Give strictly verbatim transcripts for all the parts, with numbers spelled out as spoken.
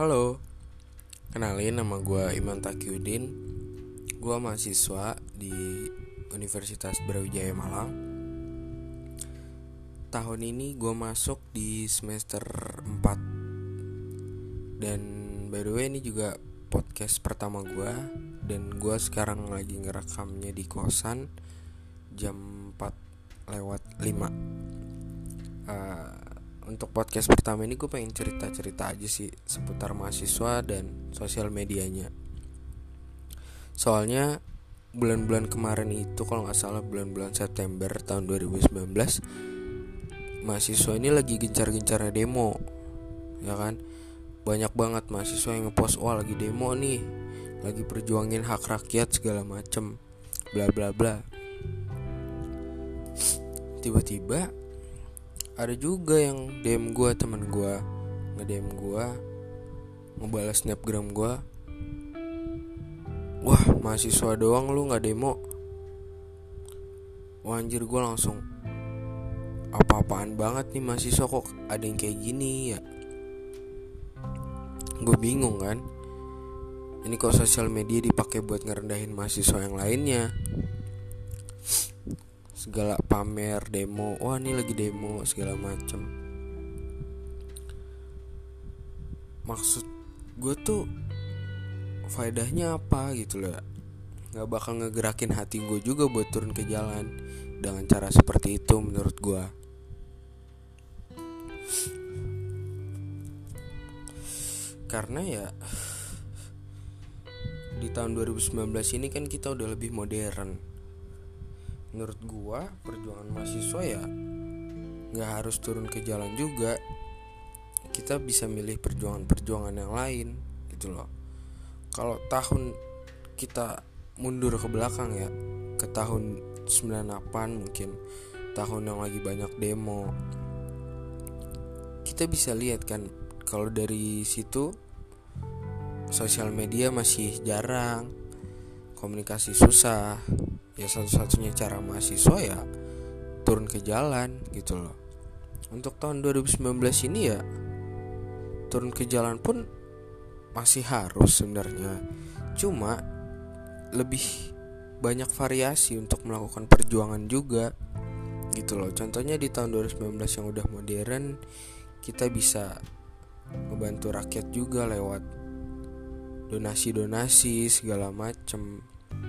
Halo, kenalin nama gue Iman Takyudin. Gue mahasiswa di Universitas Brawijaya Malang. Tahun ini gue masuk di semester empat. Dan by the way ini juga podcast pertama gue. Dan gue sekarang lagi ngerekamnya di kosan jam empat lewat lima. uh, Untuk podcast pertama ini gue pengen cerita-cerita aja sih seputar mahasiswa dan sosial medianya. Soalnya bulan-bulan kemarin itu, kalau gak salah bulan-bulan September tahun dua ribu sembilan belas, mahasiswa ini lagi gencar-gencarnya demo, ya kan. Banyak banget mahasiswa yang ngepost, wah lagi demo nih, lagi perjuangin hak rakyat segala macem, bla bla bla. Tiba-tiba ada juga yang D M gue, temen gue nge-D M gue, ngebalas snapgram gue, wah mahasiswa doang lu gak demo. Wah anjir, gue langsung apa-apaan banget nih mahasiswa, kok ada yang kayak gini ya. Gue bingung kan, ini kok sosial media dipakai buat ngerendahin mahasiswa yang lainnya. Segala pamer demo, wah ini lagi demo segala macem. Maksud gue tuh faedahnya apa gitu loh. Gak bakal ngegerakin hati gue juga buat turun ke jalan dengan cara seperti itu menurut gue. Karena ya di tahun dua ribu sembilan belas ini kan kita udah lebih modern. Menurut gua perjuangan mahasiswa ya gak harus turun ke jalan juga. Kita bisa milih perjuangan-perjuangan yang lain gitu loh. Kalau tahun kita mundur ke belakang ya, ke tahun sembilan puluh delapan mungkin, tahun yang lagi banyak demo, kita bisa lihat kan, kalau dari situ sosial media masih jarang, komunikasi susah. Ya satu-satunya cara mahasiswa ya turun ke jalan gitu loh. Untuk tahun dua ribu sembilan belas ini ya turun ke jalan pun masih harus sebenarnya. Cuma lebih banyak variasi untuk melakukan perjuangan juga gitu loh. Contohnya di tahun dua ribu sembilan belas yang udah modern, kita bisa membantu rakyat juga lewat donasi-donasi segala macem.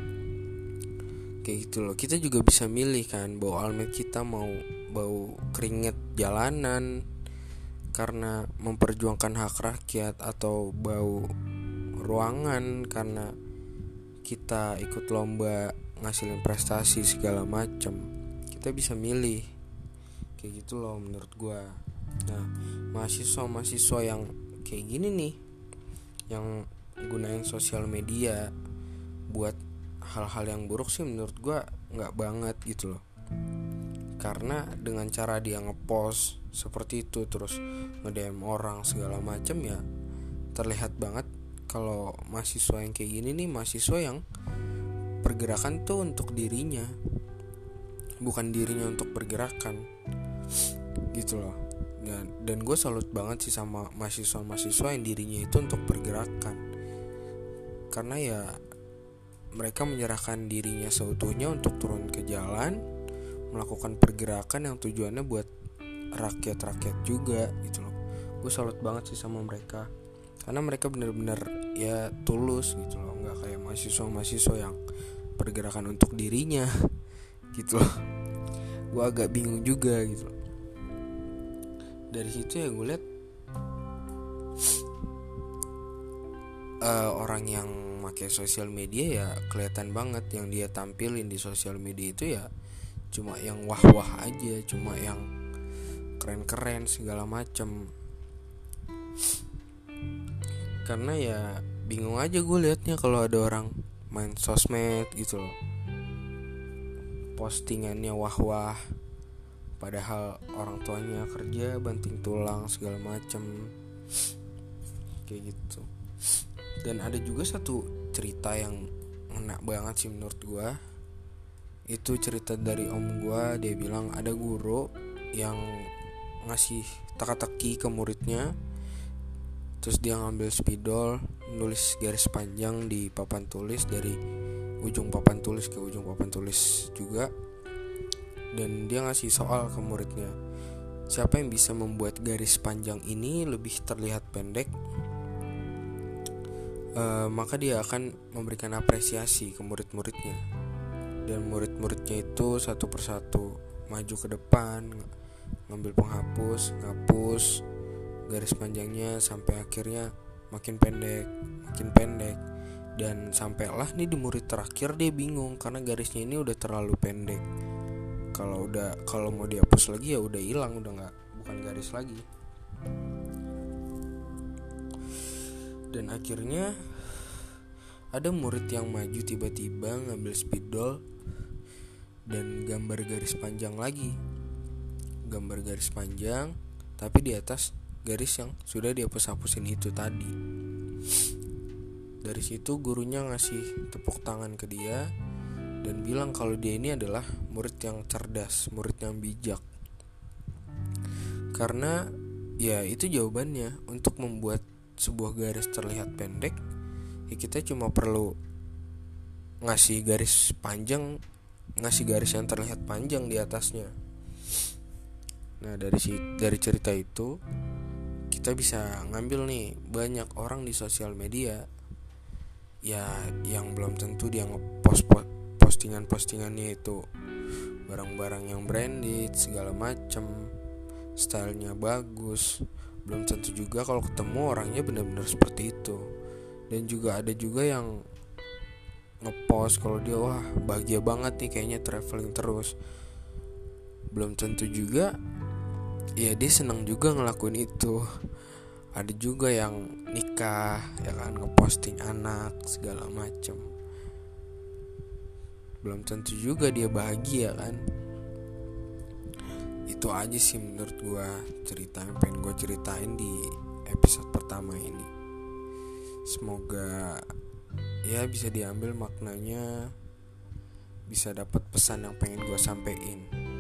Kayak gitu loh. Kita juga bisa milih kan, bawa almet kita mau bau keringet jalanan karena memperjuangkan hak rakyat, atau bau ruangan karena kita ikut lomba ngasilin prestasi segala macem. Kita bisa milih kayak gitu loh menurut gue. Nah, mahasiswa-mahasiswa yang kayak gini nih, yang gunain sosial media buat hal-hal yang buruk sih menurut gue gak banget gitu loh. Karena dengan cara dia ngepost seperti itu, terus nge-D M orang segala macem, ya terlihat banget kalau mahasiswa yang kayak gini nih mahasiswa yang pergerakan tuh untuk dirinya, bukan dirinya untuk pergerakan gitu loh. Dan, dan gue salut banget sih sama mahasiswa-mahasiswa yang dirinya itu untuk pergerakan. Karena ya mereka menyerahkan dirinya seutuhnya untuk turun ke jalan, melakukan pergerakan yang tujuannya buat rakyat-rakyat juga gitu loh. Gue salut banget sih sama mereka, karena mereka benar-benar ya tulus gitu loh. Gak kayak mahasiswa-mahasiswa yang pergerakan untuk dirinya gitu loh. Gue agak bingung juga gitu loh. Dari situ ya gue lihat uh, orang yang pakai sosial media ya kelihatan banget yang dia tampilin di sosial media itu ya cuma yang wah-wah aja, cuma yang keren-keren segala macem. Karena ya bingung aja gue liatnya kalau ada orang main sosmed gitu loh, postingannya wah-wah, padahal orang tuanya kerja banting tulang segala macem kayak gitu. Dan ada juga satu cerita yang ngena banget sih menurut gue. Itu cerita dari om gue. Dia bilang ada guru yang ngasih teka-teki ke muridnya, Terus dia ngambil spidol, nulis garis panjang di papan tulis, dari ujung papan tulis ke ujung papan tulis juga. Dan dia ngasih soal ke muridnya, siapa yang bisa membuat garis panjang ini lebih terlihat pendek, uh, maka dia akan memberikan apresiasi ke murid-muridnya. Dan murid-muridnya itu satu persatu maju ke depan, ngambil penghapus, ngapus garis panjangnya sampai akhirnya makin pendek, makin pendek. Dan sampailah nih di murid terakhir, dia bingung karena garisnya ini udah terlalu pendek. Kalau udah kalau mau dihapus lagi ya udah hilang, udah nggak, bukan garis lagi. Dan akhirnya ada murid yang maju tiba-tiba ngambil spidol dan gambar garis panjang lagi, gambar garis panjang tapi di atas garis yang sudah dihapus-hapusin itu tadi. Dari situ gurunya ngasih tepuk tangan ke dia dan bilang kalau dia ini adalah murid yang cerdas, murid yang bijak. Karena ya itu jawabannya, untuk membuat sebuah garis terlihat pendek, ya kita cuma perlu ngasih garis panjang, ngasih garis yang terlihat panjang di atasnya. Nah dari dari cerita itu kita bisa ngambil nih, banyak orang di sosial media ya yang belum tentu dia ngepost postingan-postingannya itu barang-barang yang branded segala macem, stylenya bagus. Belum tentu juga kalau ketemu orangnya benar-benar seperti itu. Dan juga ada juga yang ngepost kalau dia wah bahagia banget nih, kayaknya traveling terus. Belum tentu juga ya dia senang juga ngelakuin itu. Ada juga yang nikah ya kan, ngeposting anak segala macem. Belum tentu juga dia bahagia kan. Itu aja sih menurut gue cerita yang pengen gue ceritain di episode pertama ini. Semoga ya bisa diambil maknanya, bisa dapat pesan yang pengen gue sampein.